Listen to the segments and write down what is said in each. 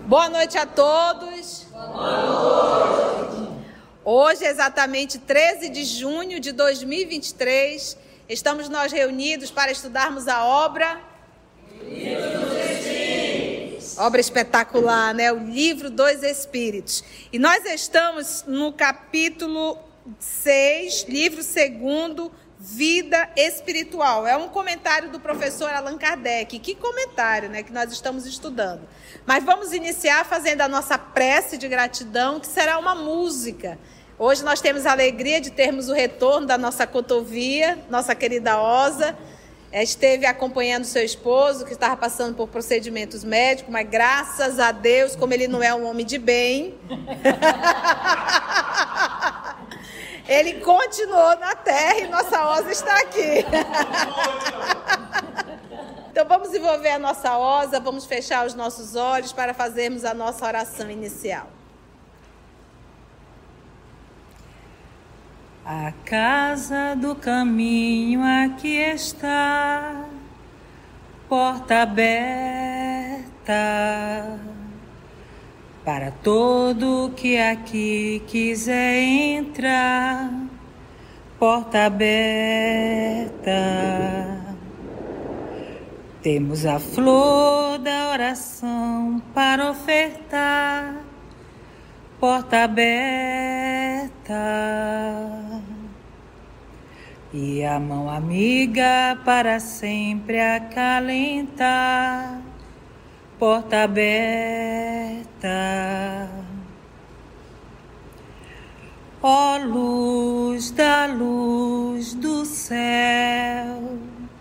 Boa noite a todos. Boa noite. Hoje, exatamente 13 de junho de 2023, estamos nós reunidos para estudarmos a obra... Obra espetacular, né? O Livro dos Espíritos. E nós estamos no capítulo 6, livro 2, Vida Espiritual. É um comentário do professor Allan Kardec. Que comentário, né? Que nós estamos estudando. Mas vamos iniciar fazendo a nossa prece de gratidão, que será uma música. Hoje nós temos a alegria de termos o retorno da nossa cotovia, nossa querida Osa. Esteve acompanhando seu esposo, que estava passando por procedimentos médicos, mas graças a Deus, como ele não é um homem de bem, ele continuou na terra e nossa Osa está aqui. Então vamos envolver a nossa Osa, vamos fechar os nossos olhos para fazermos a nossa oração inicial. A casa do caminho aqui está, porta aberta para todo que aqui quiser entrar, porta aberta. Temos a flor da oração para ofertar, porta aberta, e a mão amiga para sempre acalentar, porta aberta. Ó luz do céu,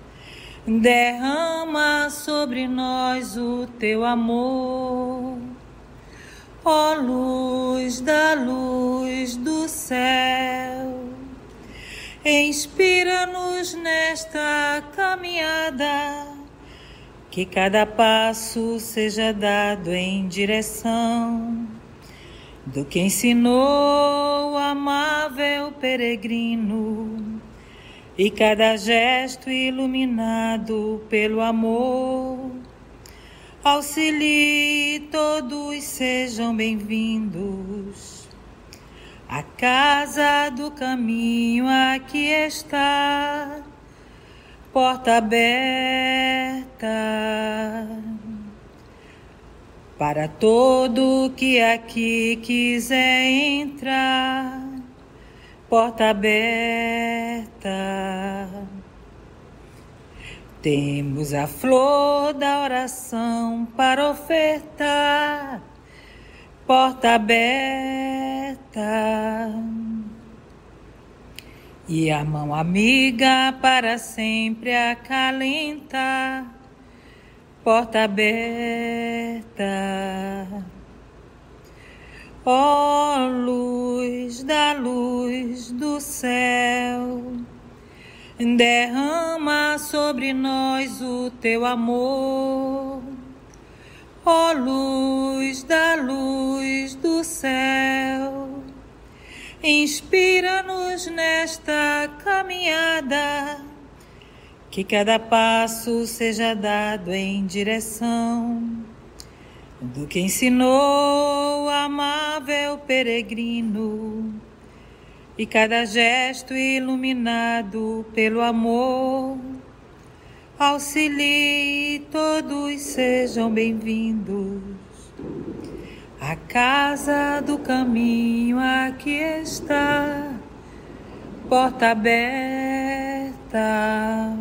derrama sobre nós o teu amor. Ó luz do céu, inspira-nos nesta caminhada, que cada passo seja dado em direção do que ensinou o amável peregrino, e cada gesto iluminado pelo amor. Auxilie, todos sejam bem-vindos. A casa do caminho aqui está, porta aberta para todo que aqui quiser entrar, porta aberta. Temos a flor da oração para ofertar, porta aberta, e a mão amiga para sempre acalentar, porta aberta. Ó luz do céu, derrama sobre nós o teu amor. Ó luz do céu, inspira-nos nesta caminhada, que cada passo seja dado em direção do que ensinou o amável peregrino, e cada gesto iluminado pelo amor. Auxilie, todos sejam bem-vindos. A casa do caminho aqui está, porta aberta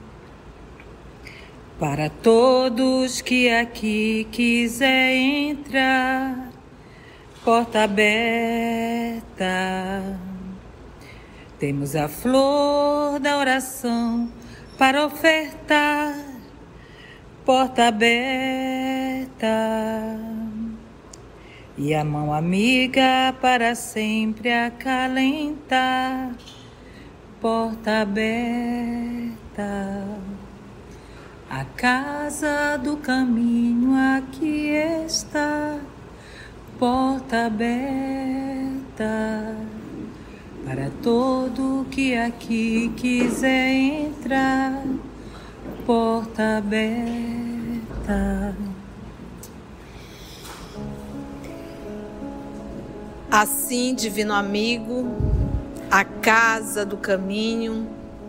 para todos que aqui quiser entrar, porta aberta. Temos a flor da oração para ofertar, porta aberta, e a mão amiga para sempre acalentar, porta aberta. A casa do caminho aqui está, porta aberta para todo que aqui quiser entrar, porta aberta. Assim, divino amigo, a casa do caminho,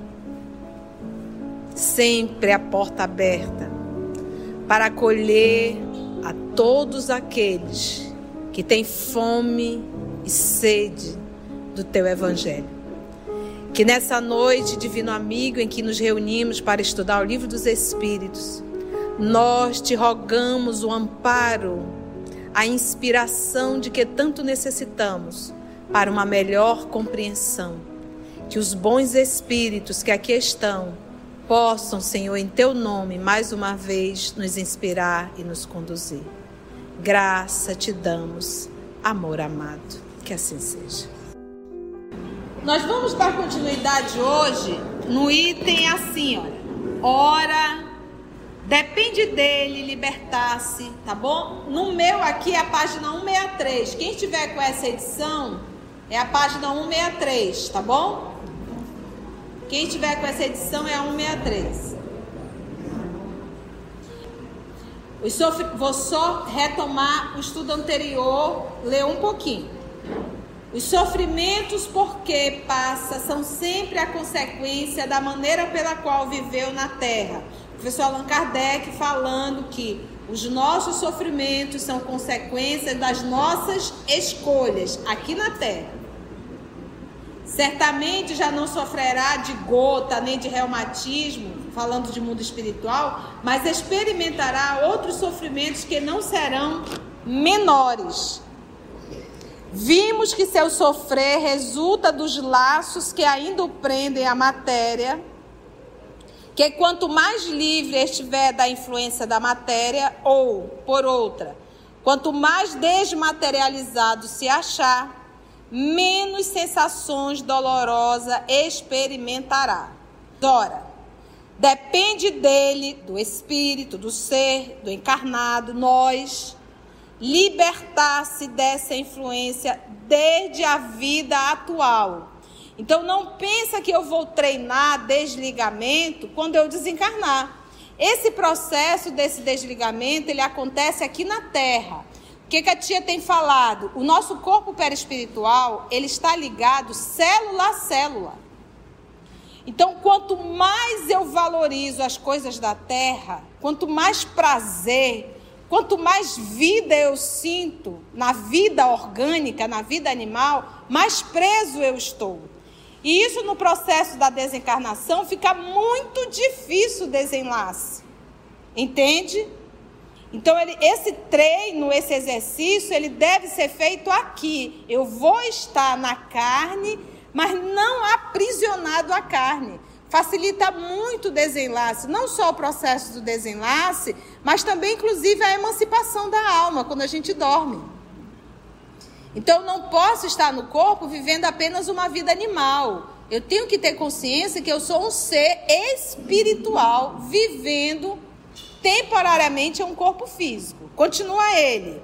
sempre a porta aberta para acolher a todos aqueles que têm fome e sede do teu evangelho. Que nessa noite, divino amigo, em que nos reunimos para estudar o livro dos Espíritos, nós te rogamos o amparo, a inspiração de que tanto necessitamos para uma melhor compreensão. Que os bons Espíritos que aqui estão possam, Senhor, em teu nome, mais uma vez, nos inspirar e nos conduzir. Graça te damos, amor amado. Que assim seja. Nós vamos dar continuidade hoje no item assim, olha. Ora, depende dele libertar-se, tá bom? No meu aqui é a página 163. Quem estiver com essa edição é a página 163, tá bom? Quem estiver com essa edição é a 163. Vou só retomar o estudo anterior, ler um pouquinho. Os sofrimentos por que passa são sempre a consequência da maneira pela qual viveu na Terra. O professor Allan Kardec falando que os nossos sofrimentos são consequência das nossas escolhas aqui na Terra. Certamente já não sofrerá de gota nem de reumatismo, falando de mundo espiritual, mas experimentará outros sofrimentos que não serão menores. Vimos que seu sofrer resulta dos laços que ainda o prendem à matéria, que quanto mais livre estiver da influência da matéria, ou, por outra, quanto mais desmaterializado se achar, menos sensações dolorosas experimentará. Ora, depende dele, do espírito, do ser, do encarnado, nós, libertar-se dessa influência desde a vida atual. Então não pensa que eu vou treinar desligamento quando eu desencarnar. Esse processo desse desligamento, ele acontece aqui na Terra. O que a tia tem falado? O nosso corpo perispiritual, ele está ligado célula a célula. Então, quanto mais eu valorizo as coisas da Terra, quanto mais prazer, quanto mais vida eu sinto na vida orgânica, na vida animal, mais preso eu estou. E isso no processo da desencarnação fica muito difícil o desenlace. Entende? Então, esse treino, esse exercício, ele deve ser feito aqui. Eu vou estar na carne, mas não aprisionado à carne. Facilita muito o desenlace, não só o processo do desenlace, mas também, inclusive, a emancipação da alma, quando a gente dorme. Então, eu não posso estar no corpo vivendo apenas uma vida animal. Eu tenho que ter consciência que eu sou um ser espiritual, vivendo temporariamente em um corpo físico. Continua ele.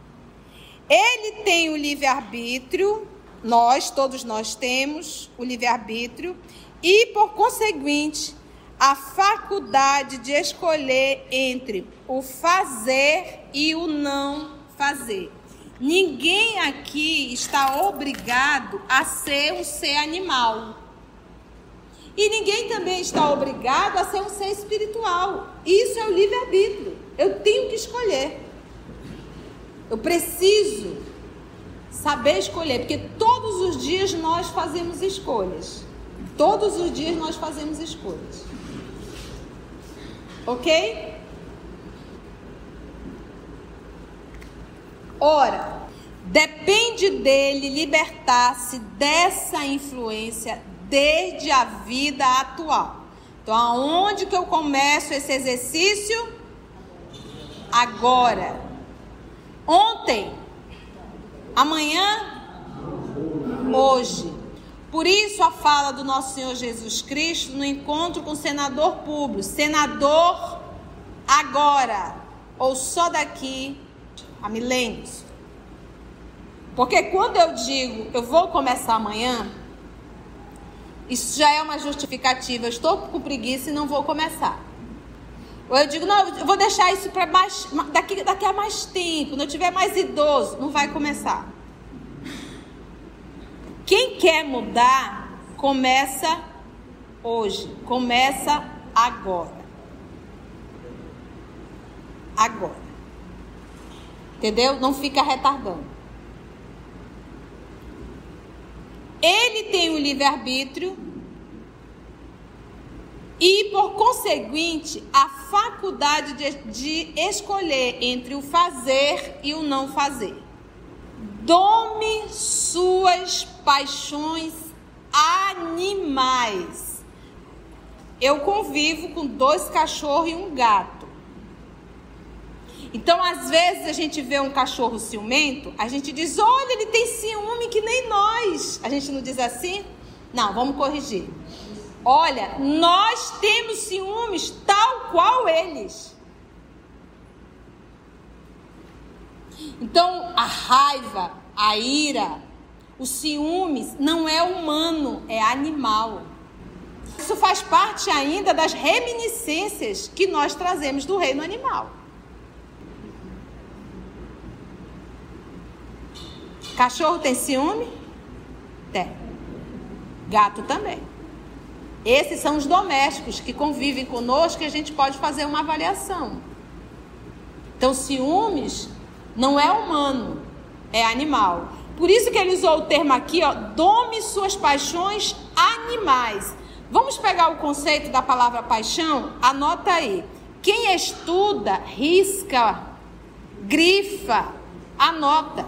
Ele tem o livre-arbítrio, todos nós temos o livre-arbítrio, e, por conseguinte, a faculdade de escolher entre o fazer e o não fazer. Ninguém aqui está obrigado a ser um ser animal. E ninguém também está obrigado a ser um ser espiritual. Isso é o livre-arbítrio. Eu tenho que escolher. Eu preciso saber escolher, porque todos os dias nós fazemos escolhas. Todos os dias nós fazemos escolhas. Ok? Ora, depende dele libertar-se dessa influência desde a vida atual. Então, aonde que eu começo esse exercício? Agora. Ontem. Amanhã. Hoje. Por isso a fala do nosso Senhor Jesus Cristo no encontro com o senador Públio. Senador agora, ou só daqui a milênios. Porque quando eu digo, eu vou começar amanhã, isso já é uma justificativa. Eu estou com preguiça e não vou começar. Ou eu digo, não, eu vou deixar isso para daqui a mais tempo. Quando eu tiver mais idoso, não vai começar. quer mudar, começa hoje, começa agora. Agora. Entendeu? Não fica retardando. Ele tem o livre-arbítrio e, por conseguinte, a faculdade de escolher entre o fazer e o não fazer. Dome suas paixões animais. Eu convivo com 2 cachorros e um gato. Então, às vezes, a gente vê um cachorro ciumento, a gente diz, olha, ele tem ciúme que nem nós. A gente não diz assim? Não, vamos corrigir. Olha, nós temos ciúmes tal qual eles. Então, a raiva, a ira, os ciúmes não é humano, é animal. Isso faz parte ainda das reminiscências que nós trazemos do reino animal. Cachorro tem ciúme? Tem. Gato também. Esses são os domésticos que convivem conosco e a gente pode fazer uma avaliação. Então, ciúmes não é humano, é animal. Por isso que ele usou o termo aqui, ó, dome suas paixões animais. Vamos pegar o conceito da palavra paixão? Anota aí. Quem estuda, risca, grifa, anota.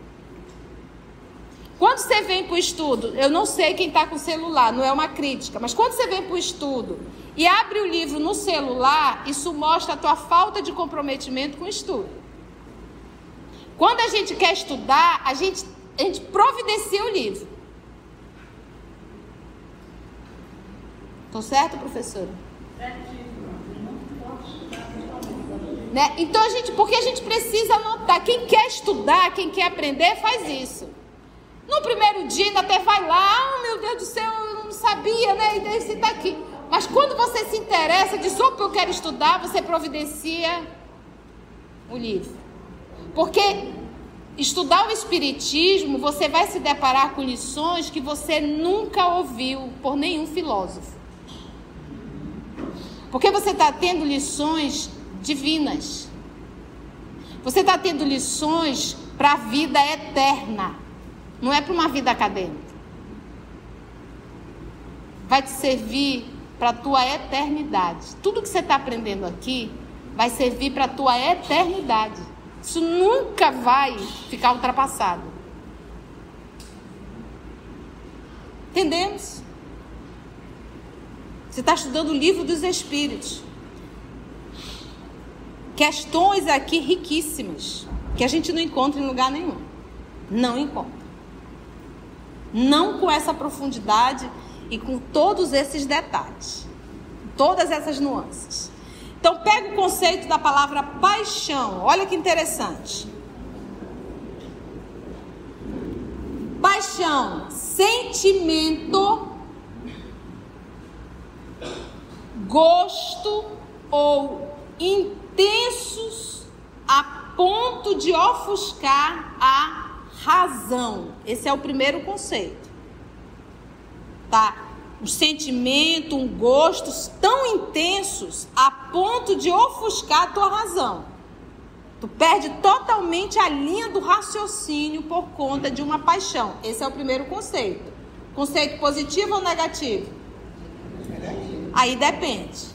Quando você vem para o estudo, eu não sei quem está com o celular, não é uma crítica, mas quando você vem para o estudo e abre o livro no celular, isso mostra a tua falta de comprometimento com o estudo. Quando a gente quer estudar, a gente providencia o livro. Estou certo, professora? Né? Então, porque a gente precisa anotar. Quem quer estudar, quem quer aprender, faz isso. No primeiro dia ainda até vai lá, meu Deus do céu, eu não sabia, né? E daí você está aqui. Mas quando você se interessa, diz, opa, eu quero estudar, você providencia o livro. Porque estudar o Espiritismo, você vai se deparar com lições que você nunca ouviu por nenhum filósofo. Porque você está tendo lições divinas. Você está tendo lições para a vida eterna. Não é para uma vida acadêmica. Vai te servir para a tua eternidade. Tudo que você está aprendendo aqui vai servir para a tua eternidade. Isso nunca vai ficar ultrapassado. Entendemos? Você está estudando o livro dos Espíritos. Questões aqui riquíssimas, que a gente não encontra em lugar nenhum. Não encontra. Não com essa profundidade e com todos esses detalhes. Todas essas nuances. Então, pega o conceito da palavra paixão. Olha que interessante. Paixão, sentimento, gosto ou intensos a ponto de ofuscar a razão. Esse é o primeiro conceito. Tá? Um sentimento, um gosto tão intensos a ponto de ofuscar a tua razão. Tu perde totalmente a linha do raciocínio por conta de uma paixão. Esse é o primeiro conceito. Conceito positivo ou negativo? Aí depende.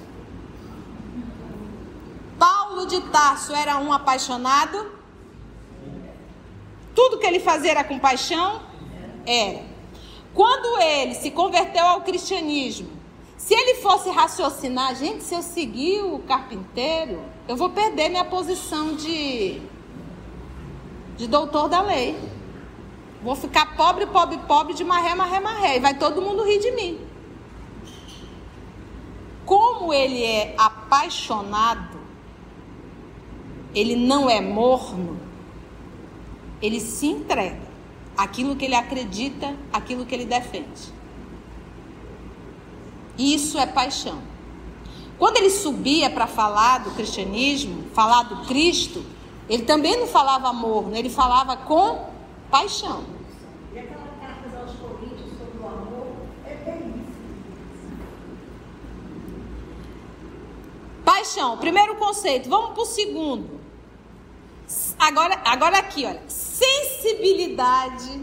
Paulo de Tarso era um apaixonado? Tudo que ele fazia era com paixão? Era. Quando ele se converteu ao cristianismo, se ele fosse raciocinar, gente, se eu seguir o carpinteiro, eu vou perder minha posição de doutor da lei. Vou ficar pobre, pobre, pobre, de marré, marré, marré. E vai todo mundo rir de mim. Como ele é apaixonado, ele não é morno, ele se entrega àquilo que ele acredita, àquilo que ele defende. Isso é paixão. Quando ele subia para falar do cristianismo, falar do Cristo, ele também não falava morno, ele falava com paixão. E aquela carta aos Coríntios, paixão. Primeiro conceito. Vamos para o segundo. Agora aqui, olha. Sensibilidade,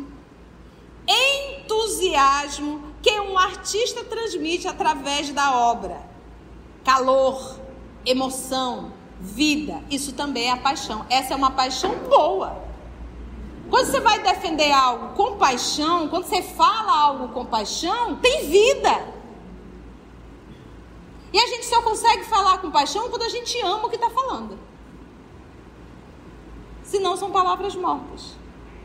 entusiasmo que um artista transmite através da obra. Calor, emoção, vida. Isso também é a paixão. Essa é uma paixão boa. Quando você vai defender algo com paixão, quando você fala algo com paixão, tem vida. E a gente só consegue falar com paixão quando a gente ama o que está falando. Senão são palavras mortas.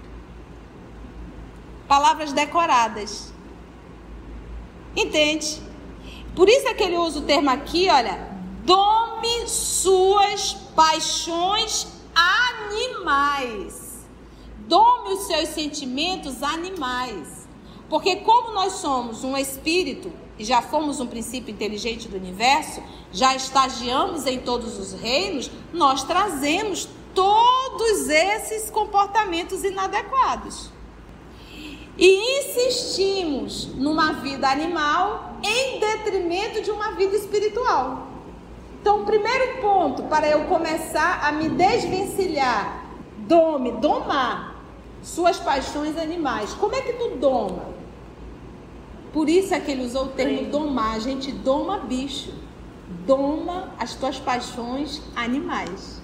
Palavras decoradas. Entende? Por isso é que ele usa o termo aqui, olha. Dome suas paixões animais. Dome os seus sentimentos animais. Porque como nós somos um espírito, e já fomos um princípio inteligente do universo, já estagiamos em todos os reinos, nós trazemos todos esses comportamentos inadequados. E insistimos numa vida animal em detrimento de uma vida espiritual. Então, o primeiro ponto para eu começar a me desvencilhar, domar suas paixões animais. Como é que tu doma? Por isso é que ele usou o termo domar. A gente doma bicho. Doma as tuas paixões animais.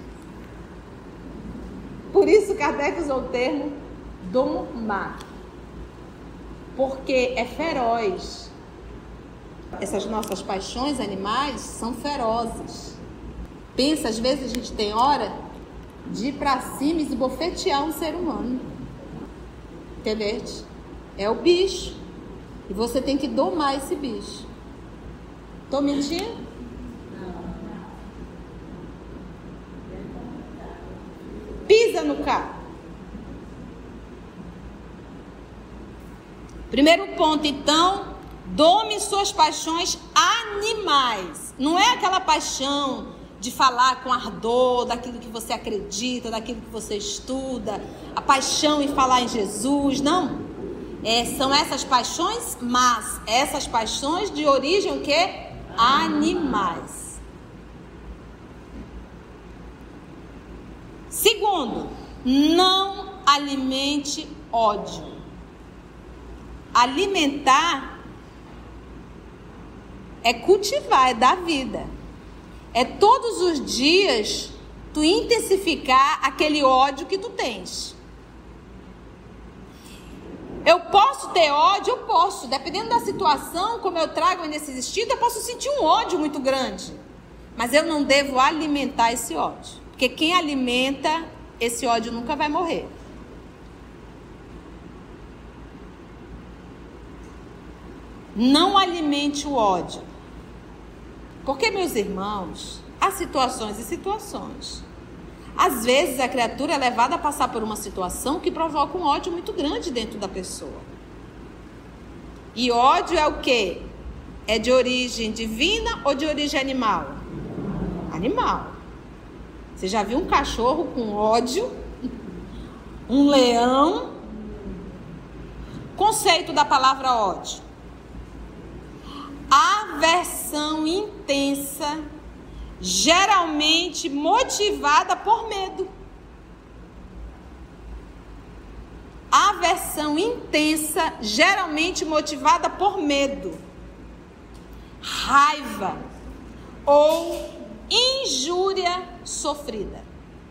Por isso Kardec usou o termo domar. Porque é feroz. Essas nossas paixões animais são ferozes. Pensa, às vezes a gente tem hora de ir pra cima e esbofetear um ser humano. Entendeu? É o bicho. E você tem que domar esse bicho. Tô mentindo? Pisa no carro. Primeiro ponto, então, dome suas paixões animais. Não é aquela paixão de falar com ardor daquilo que você acredita, daquilo que você estuda, a paixão em falar em Jesus, não. São essas paixões, mas essas paixões de origem o quê? Animais. Segundo, não alimente ódio. Alimentar é cultivar, é dar vida. É todos os dias tu intensificar aquele ódio que tu tens. Eu posso ter ódio? Eu posso. Dependendo da situação, como eu trago nesse instinto, eu posso sentir um ódio muito grande. Mas eu não devo alimentar esse ódio. Porque quem alimenta esse ódio nunca vai morrer. Não alimente o ódio. Porque, meus irmãos, há situações e situações. Às vezes a criatura é levada a passar por uma situação que provoca um ódio muito grande dentro da pessoa. E ódio é o quê? É de origem divina ou de origem animal? Animal. Você já viu um cachorro com ódio? Um leão? Conceito da palavra ódio. Aversão intensa, geralmente motivada por medo. Aversão intensa, geralmente motivada por medo, raiva ou injúria sofrida.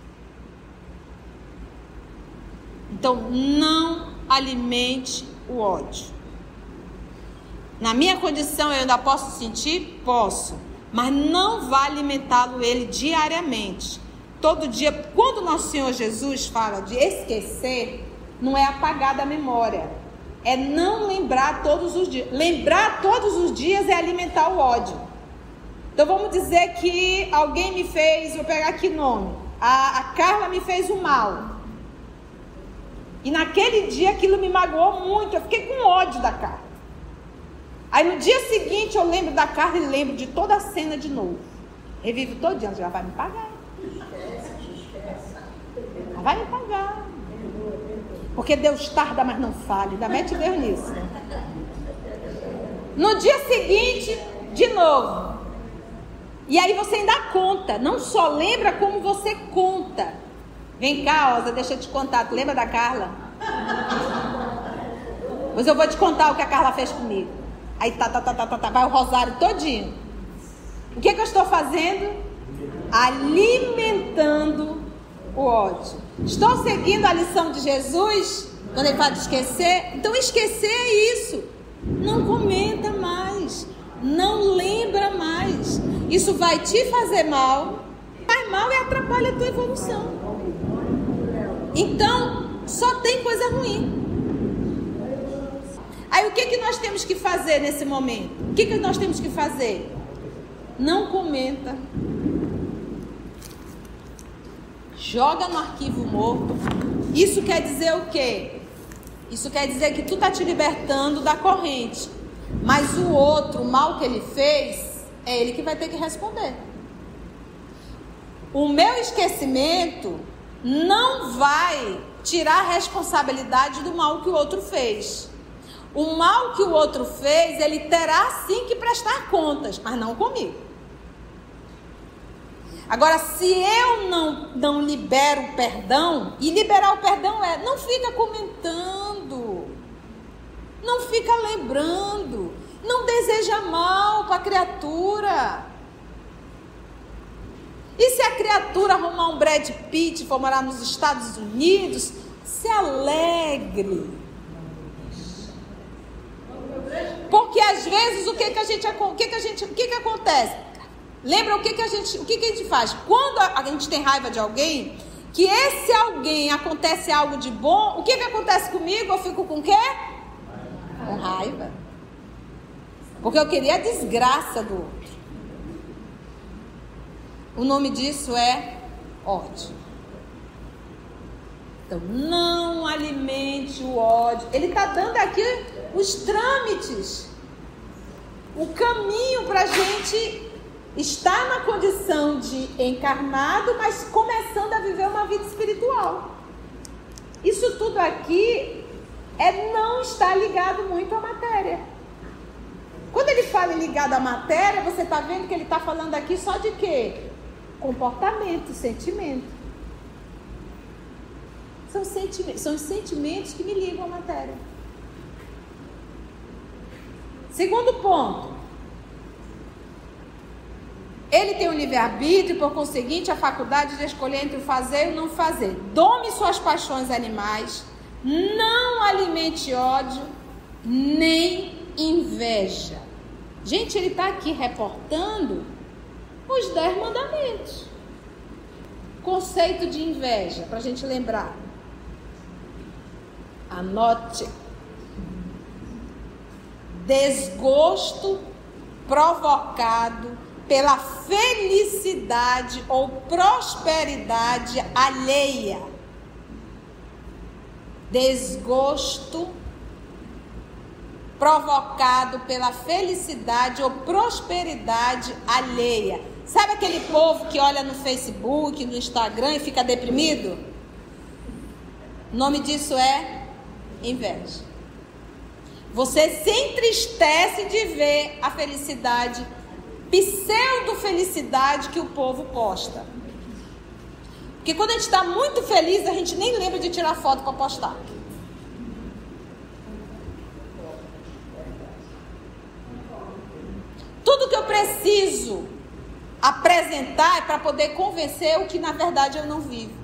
Então, não alimente o ódio. Na minha condição, eu ainda posso sentir? Posso. Mas não vá alimentá-lo ele diariamente. Todo dia, quando nosso Senhor Jesus fala de esquecer, não é apagar da memória. É não lembrar todos os dias. Lembrar todos os dias é alimentar o ódio. Então vamos dizer que alguém me fez, vou pegar aqui nome. A Carla me fez um mal. E naquele dia aquilo me magoou muito. Eu fiquei com ódio da Carla. Aí no dia seguinte eu lembro da Carla e lembro de toda a cena de novo. Revivo todo dia, já vai me pagar. Ela vai me pagar. Porque Deus tarda, mas não falha. Ainda mete Deus nisso. No dia seguinte, de novo. E aí você ainda conta, não só lembra como você conta. Vem cá, Osa, deixa eu te contar. Tu lembra da Carla? Pois eu vou te contar o que a Carla fez comigo. Aí vai o rosário todinho. O que eu estou fazendo? Alimentando o ódio. Estou seguindo a lição de Jesus, quando ele fala de esquecer. Então esquecer é isso. Não comenta mais. Não lembra mais. Isso vai te fazer mal. Faz mal e atrapalha a tua evolução. Então, só tem coisa ruim. Aí o que nós temos que fazer nesse momento? O que nós temos que fazer? Não comenta. Joga no arquivo morto. Isso quer dizer o quê? Isso quer dizer que tu está te libertando da corrente. Mas o outro, o mal que ele fez, é ele que vai ter que responder. O meu esquecimento não vai tirar a responsabilidade do mal que o outro fez. O mal que o outro fez, ele terá sim que prestar contas, mas não comigo. Agora, se eu não libero o perdão, e liberar o perdão não fica comentando, não fica lembrando, não deseja mal para a criatura. E se a criatura arrumar um Brad Pitt e for morar nos Estados Unidos, se alegre. Porque às vezes o que acontece? Lembra o que a gente faz? Quando a gente tem raiva de alguém, que esse alguém acontece algo de bom, o que acontece comigo? Eu fico com o quê? Com raiva. Porque eu queria a desgraça do outro. O nome disso é ódio. Então, não alimente o ódio. Ele está dando aqui os trâmites, o caminho para a gente estar na condição de encarnado, mas começando a viver uma vida espiritual. Isso tudo aqui não está ligado muito à matéria. Quando ele fala ligado à matéria, você está vendo que ele está falando aqui só de quê? Comportamento, sentimento. São os sentimentos que me ligam à matéria. Segundo ponto. Ele tem o livre-arbítrio e, por conseguinte, a faculdade de escolher entre o fazer e o não fazer. Dome suas paixões animais. Não alimente ódio, nem inveja. Gente, ele está aqui reportando os 10 mandamentos. Conceito de inveja, para a gente lembrar. Anote. Desgosto provocado pela felicidade ou prosperidade alheia. Desgosto provocado pela felicidade ou prosperidade alheia. Sabe aquele povo que olha no Facebook, no Instagram e fica deprimido? O nome disso é inveja. Você se entristece de ver a felicidade, pseudo-felicidade que o povo posta. Porque quando a gente está muito feliz, a gente nem lembra de tirar foto para postar. Tudo que eu preciso apresentar é para poder convencer o que na verdade eu não vivo.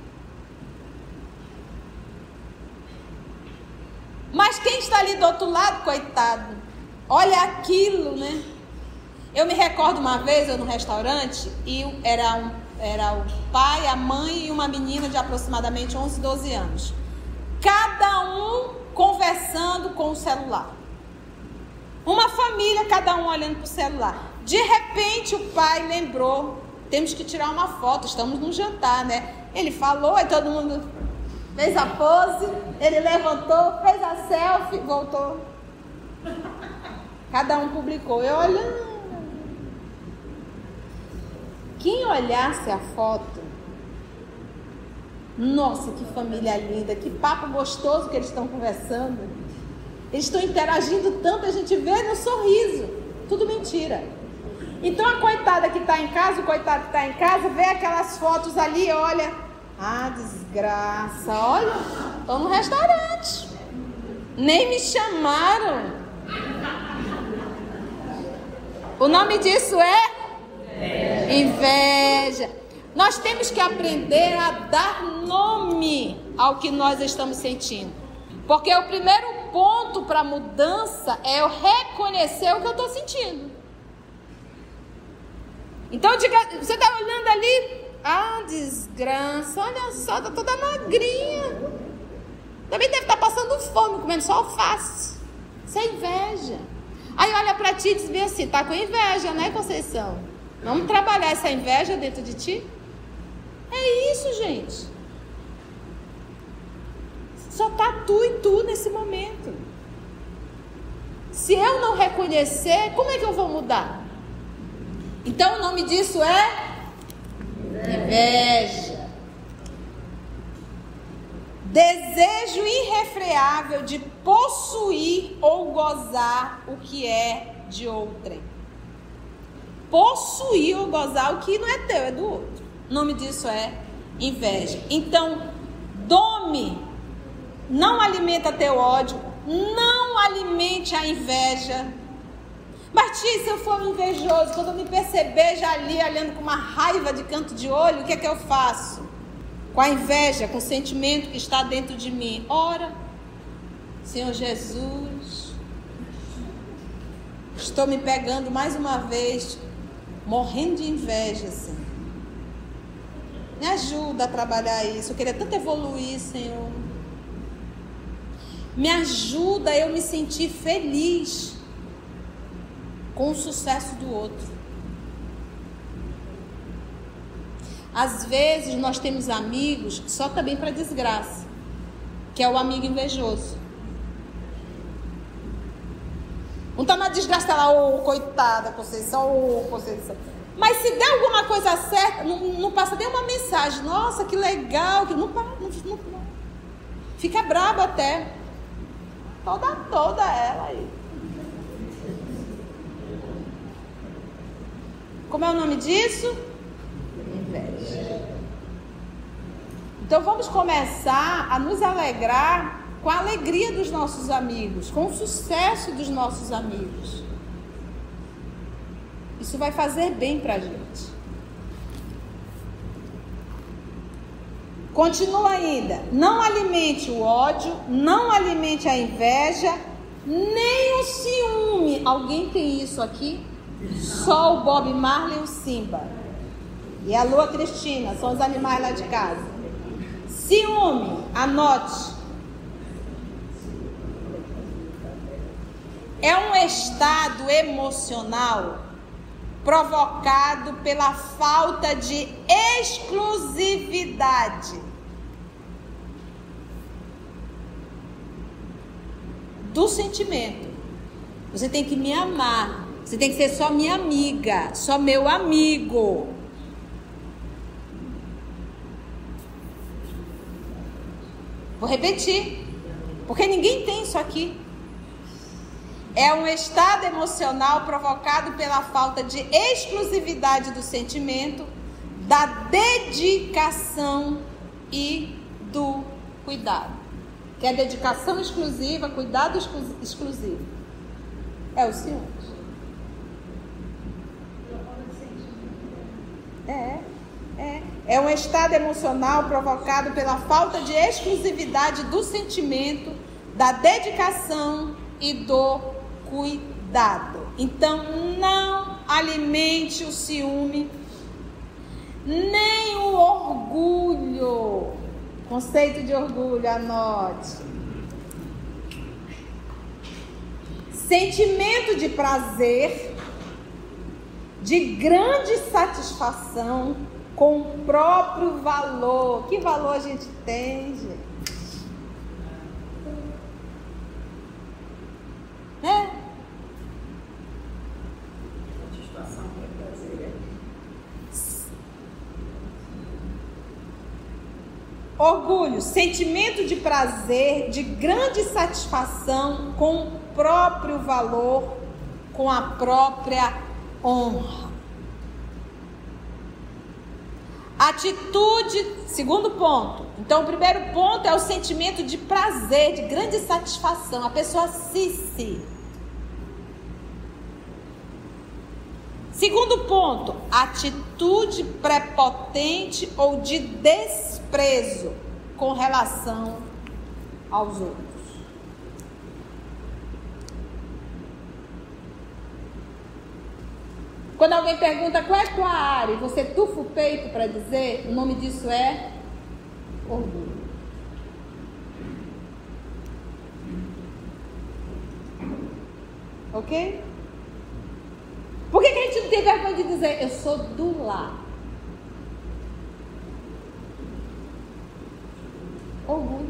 Mas quem está ali do outro lado, coitado, olha aquilo, né? Eu me recordo uma vez, eu no restaurante, e era o pai, a mãe e uma menina de aproximadamente 11, 12 anos. Cada um conversando com o celular. Uma família, cada um olhando para o celular. De repente o pai lembrou, temos que tirar uma foto, estamos num jantar, né? Ele falou, e todo mundo fez a pose, ele levantou, fez a selfie, voltou. Cada um publicou, eu olhando. Quem olhasse a foto, nossa, que família linda, que papo gostoso que eles estão conversando. Eles estão interagindo tanto, a gente vê no sorriso. Tudo mentira. Então a coitada que está em casa, o coitado que está em casa, vê aquelas fotos ali, olha, desgraça, olha, estou no restaurante, nem me chamaram. O nome disso é inveja. Nós temos que aprender a dar nome ao que nós estamos sentindo. Porque o primeiro ponto para a mudança é eu reconhecer o que eu estou sentindo. Então, diga, você está olhando ali, desgraça, olha só, está toda magrinha. Também deve estar passando fome, comendo só alface. Isso é inveja. Aí olha para ti e diz bem assim, tá com inveja, né, Conceição? Vamos trabalhar essa inveja dentro de ti? É isso, gente. Só tá tu e tu nesse momento. Se eu não reconhecer, como é que eu vou mudar? Então o nome disso é inveja. Desejo irrefreável de possuir ou gozar o que é de outrem. Possuir ou gozar o que não é teu, é do outro. O nome disso é inveja. Então, dome, não alimenta teu ódio, não alimente a inveja. Mas tia, se eu for invejoso, quando eu me perceber já ali olhando com uma raiva de canto de olho, o que é que eu faço? Com a inveja, com o sentimento que está dentro de mim. Ora, Senhor Jesus, estou me pegando mais uma vez, morrendo de inveja, Senhor. Me ajuda a trabalhar isso. Eu queria tanto evoluir, Senhor. Me ajuda a eu me sentir feliz com o sucesso do outro. Às vezes nós temos amigos só também para desgraça, que é o amigo invejoso. Um tá na desgraça, tá lá, coitada, Conceição, Conceição. Mas se der alguma coisa certa, não passa nem uma mensagem. Nossa, que legal, que não. Fica brabo até. Toda ela aí. Como é o nome disso? Inveja. Então vamos começar a nos alegrar com a alegria dos nossos amigos, com o sucesso dos nossos amigos. Isso vai fazer bem pra gente. Continua ainda. Não alimente o ódio, não alimente a inveja, nem o ciúme. Alguém tem isso aqui? Só o Bob Marley e o Simba. E a Lua Cristina, são os animais lá de casa. Ciúme, anote. É um estado emocional provocado pela falta de exclusividade do sentimento. Você tem que me amar. Você tem que ser só minha amiga, só meu amigo. Vou repetir, porque ninguém tem isso aqui. É um estado emocional provocado pela falta de exclusividade do sentimento, da dedicação e do cuidado. Que é dedicação exclusiva, cuidado exclusivo. É o ciúme. É um estado emocional provocado pela falta de exclusividade do sentimento, da dedicação e do cuidado. Então, não alimente o ciúme, nem o orgulho. Conceito de orgulho, anote. Sentimento de prazer, de grande satisfação com o próprio valor. Que valor a gente tem, gente? Satisfação é prazer. Orgulho, sentimento de prazer, de grande satisfação com o próprio valor, com a própria honra. Atitude, segundo ponto. Então, o primeiro ponto é o sentimento de prazer, de grande satisfação. A pessoa se. Segundo ponto, atitude prepotente ou de desprezo com relação aos outros. Quando alguém pergunta qual é a tua área e você tufa o peito para dizer, o nome disso é orgulho. Ok? Por que a gente não tem vergonha de dizer, eu sou do lar? Orgulho.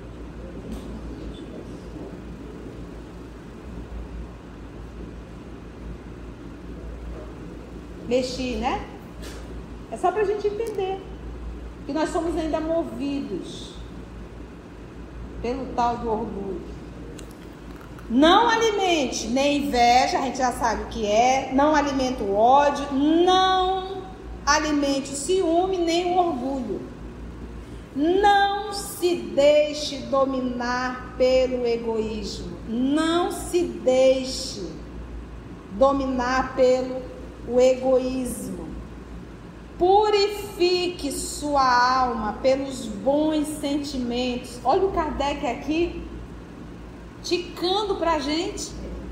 Mexi, né? É só pra gente entender que nós somos ainda movidos pelo tal do orgulho. Não alimente nem inveja, a gente já sabe o que é. Não alimente o ódio. Não alimente o ciúme nem o orgulho. Não se deixe dominar pelo egoísmo. Não se deixe dominar pelo egoísmo. Purifique sua alma pelos bons sentimentos. Olha o Kardec aqui ticando para a gente,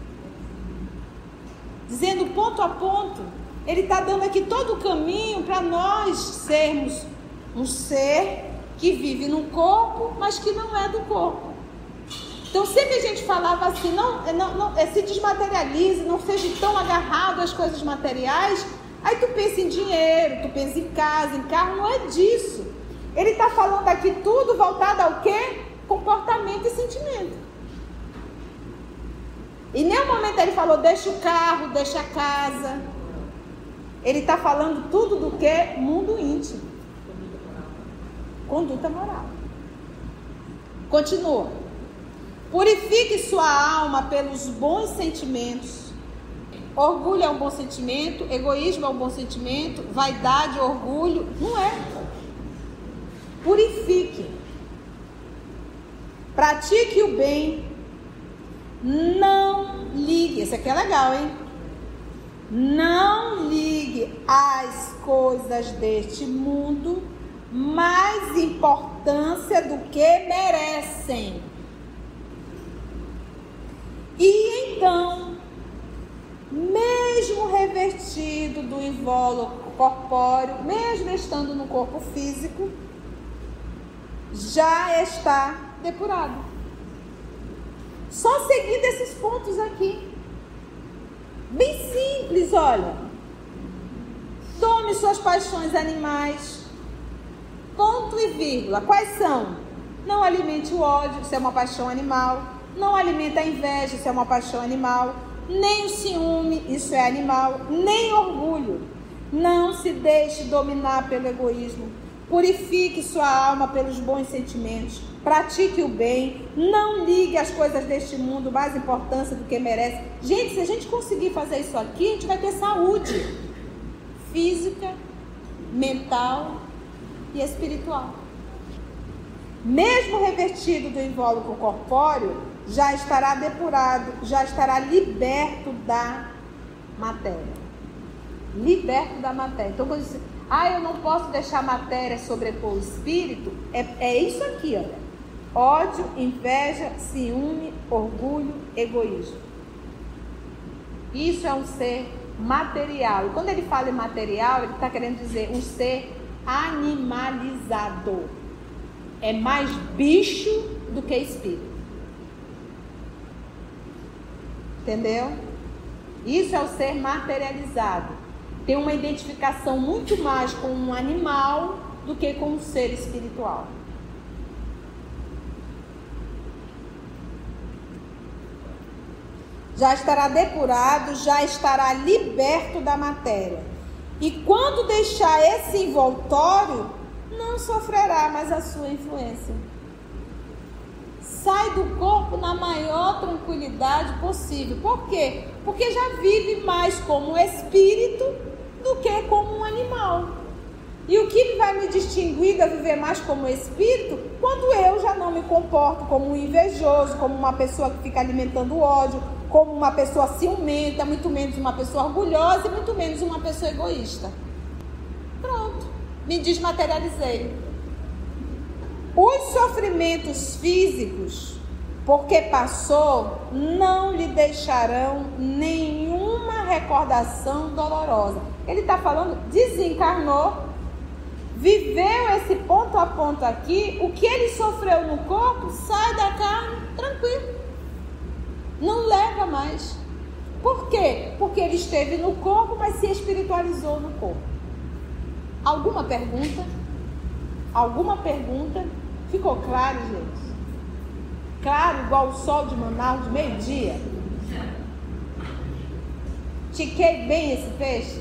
dizendo ponto a ponto. Ele está dando aqui todo o caminho para nós sermos um ser que vive no corpo, mas que não é do corpo. Então sempre a gente falava assim, não, se desmaterialize, não seja tão agarrado às coisas materiais. Aí tu pensa em dinheiro, tu pensa em casa, em carro, não é disso. Ele está falando aqui tudo voltado ao quê? Comportamento e sentimento. E em nenhum momento ele falou, deixa o carro, deixa a casa. Ele está falando tudo do que? Mundo íntimo. Conduta moral. Continua. Purifique sua alma pelos bons sentimentos. Orgulho é um bom sentimento, egoísmo é um bom sentimento, vaidade, orgulho, não é. Purifique. Pratique o bem. Não ligue, esse aqui é legal, hein? Não ligue às coisas deste mundo mais importância do que merecem. E então, mesmo revestido do invólucro corpóreo, mesmo estando no corpo físico, já está depurado. Só seguindo esses pontos aqui. Bem simples, olha. Tome suas paixões animais. Ponto e vírgula. Quais são? Não alimente o ódio, isso é uma paixão animal. Não alimente a inveja, isso é uma paixão animal. Nem o ciúme, isso é animal. Nem orgulho. Não se deixe dominar pelo egoísmo. Purifique sua alma pelos bons sentimentos. Pratique o bem. Não ligue às coisas deste mundo mais importância do que merece. Gente, se a gente conseguir fazer isso aqui, a gente vai ter saúde física, mental e espiritual. Mesmo revestido do invólucro corpóreo, já estará depurado, já estará liberto da matéria. Liberto da matéria. Então, quando você eu não posso deixar a matéria sobrepor o espírito, é isso aqui, olha. Ódio, inveja, ciúme, orgulho, egoísmo. Isso é um ser material. E quando ele fala em material, ele está querendo dizer um ser animalizado. É mais bicho do que espírito. Entendeu? Isso é o ser materializado. Tem uma identificação muito mais com um animal do que com um ser espiritual. Já estará depurado, já estará liberto da matéria. E quando deixar esse envoltório, não sofrerá mais a sua influência. Sai do corpo na maior tranquilidade possível. Por quê? Porque já vive mais como espírito do que como um animal. E o que vai me distinguir de viver mais como espírito? Quando eu já não me comporto como um invejoso, como uma pessoa que fica alimentando ódio, como uma pessoa ciumenta, muito menos uma pessoa orgulhosa e muito menos uma pessoa egoísta. Pronto, me desmaterializei. Os sofrimentos físicos, porque passou, não lhe deixarão nenhuma recordação dolorosa. Ele está falando, desencarnou, viveu esse ponto a ponto aqui, o que ele sofreu no corpo, sai da carne, tranquilo. Não leva mais. Por quê? Porque ele esteve no corpo, mas se espiritualizou no corpo. Alguma pergunta? Alguma pergunta? Ficou claro, gente? Claro, igual o sol de Manaus, de meio-dia? Tiquei bem esse peixe?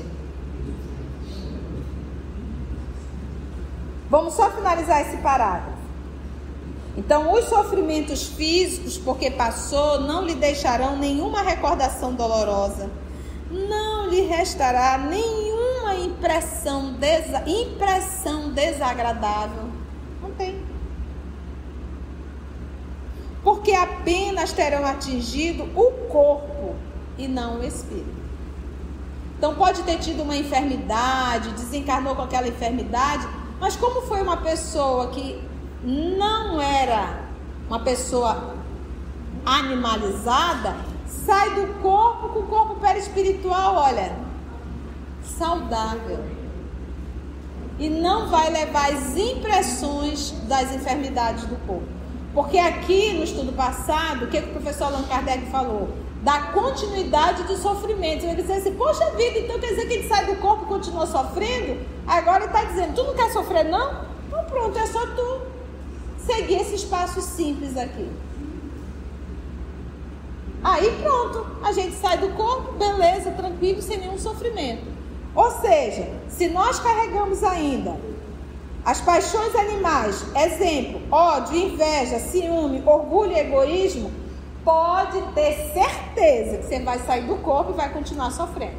Vamos só finalizar esse parágrafo. Então, os sofrimentos físicos, porque passou, não lhe deixarão nenhuma recordação dolorosa. Não lhe restará nenhuma impressão desagradável. Não tem. Porque apenas terão atingido o corpo e não o espírito. Então, pode ter tido uma enfermidade, desencarnou com aquela enfermidade, mas como foi uma pessoa que não era uma pessoa animalizada, sai do corpo com o corpo perispiritual, olha, saudável. E não vai levar as impressões das enfermidades do corpo. Porque aqui no estudo passado, o que o professor Allan Kardec falou? Da continuidade dos sofrimentos. Ele disse assim, poxa vida, então quer dizer que ele sai do corpo e continua sofrendo? Agora ele está dizendo, tu não quer sofrer não? Então pronto, é só tu seguir esses passos simples aqui. Aí pronto, a gente sai do corpo, beleza, tranquilo, sem nenhum sofrimento. Ou seja, se nós carregamos ainda as paixões animais, exemplo, ódio, inveja, ciúme, orgulho e egoísmo, pode ter certeza que você vai sair do corpo e vai continuar sofrendo.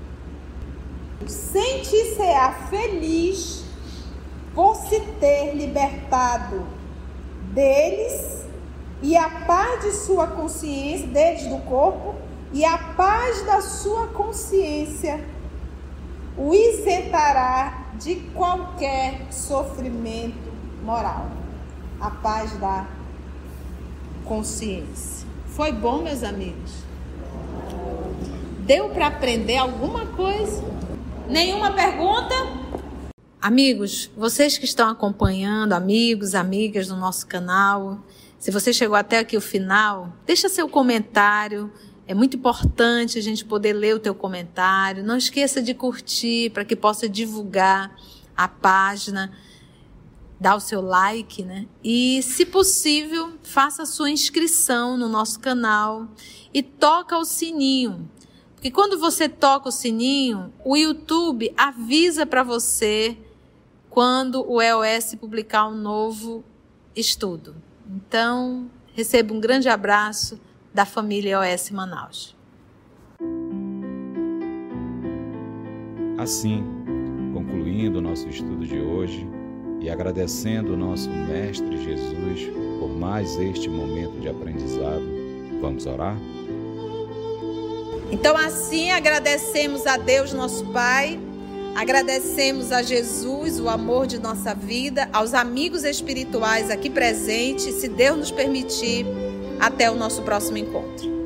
Sentir-se-á feliz por se ter libertado deles e a paz de sua consciência, deles do corpo, e a paz da sua consciência o isentará de qualquer sofrimento moral. A paz da consciência. Foi bom, meus amigos? Deu para aprender alguma coisa? Nenhuma pergunta? Amigos, vocês que estão acompanhando, amigos, amigas do nosso canal, se você chegou até aqui o final, deixa seu comentário. É muito importante a gente poder ler o teu comentário. Não esqueça de curtir para que possa divulgar a página. Dá o seu like, né? E, se possível, faça a sua inscrição no nosso canal e toca o sininho. Porque quando você toca o sininho, o YouTube avisa para você quando o EOS publicar um novo estudo. Então, receba um grande abraço da família EOS Manaus. Assim, concluindo o nosso estudo de hoje e agradecendo o nosso Mestre Jesus por mais este momento de aprendizado, vamos orar? Então, assim, agradecemos a Deus, nosso Pai, agradecemos a Jesus, o amor de nossa vida, aos amigos espirituais aqui presentes, se Deus nos permitir, até o nosso próximo encontro.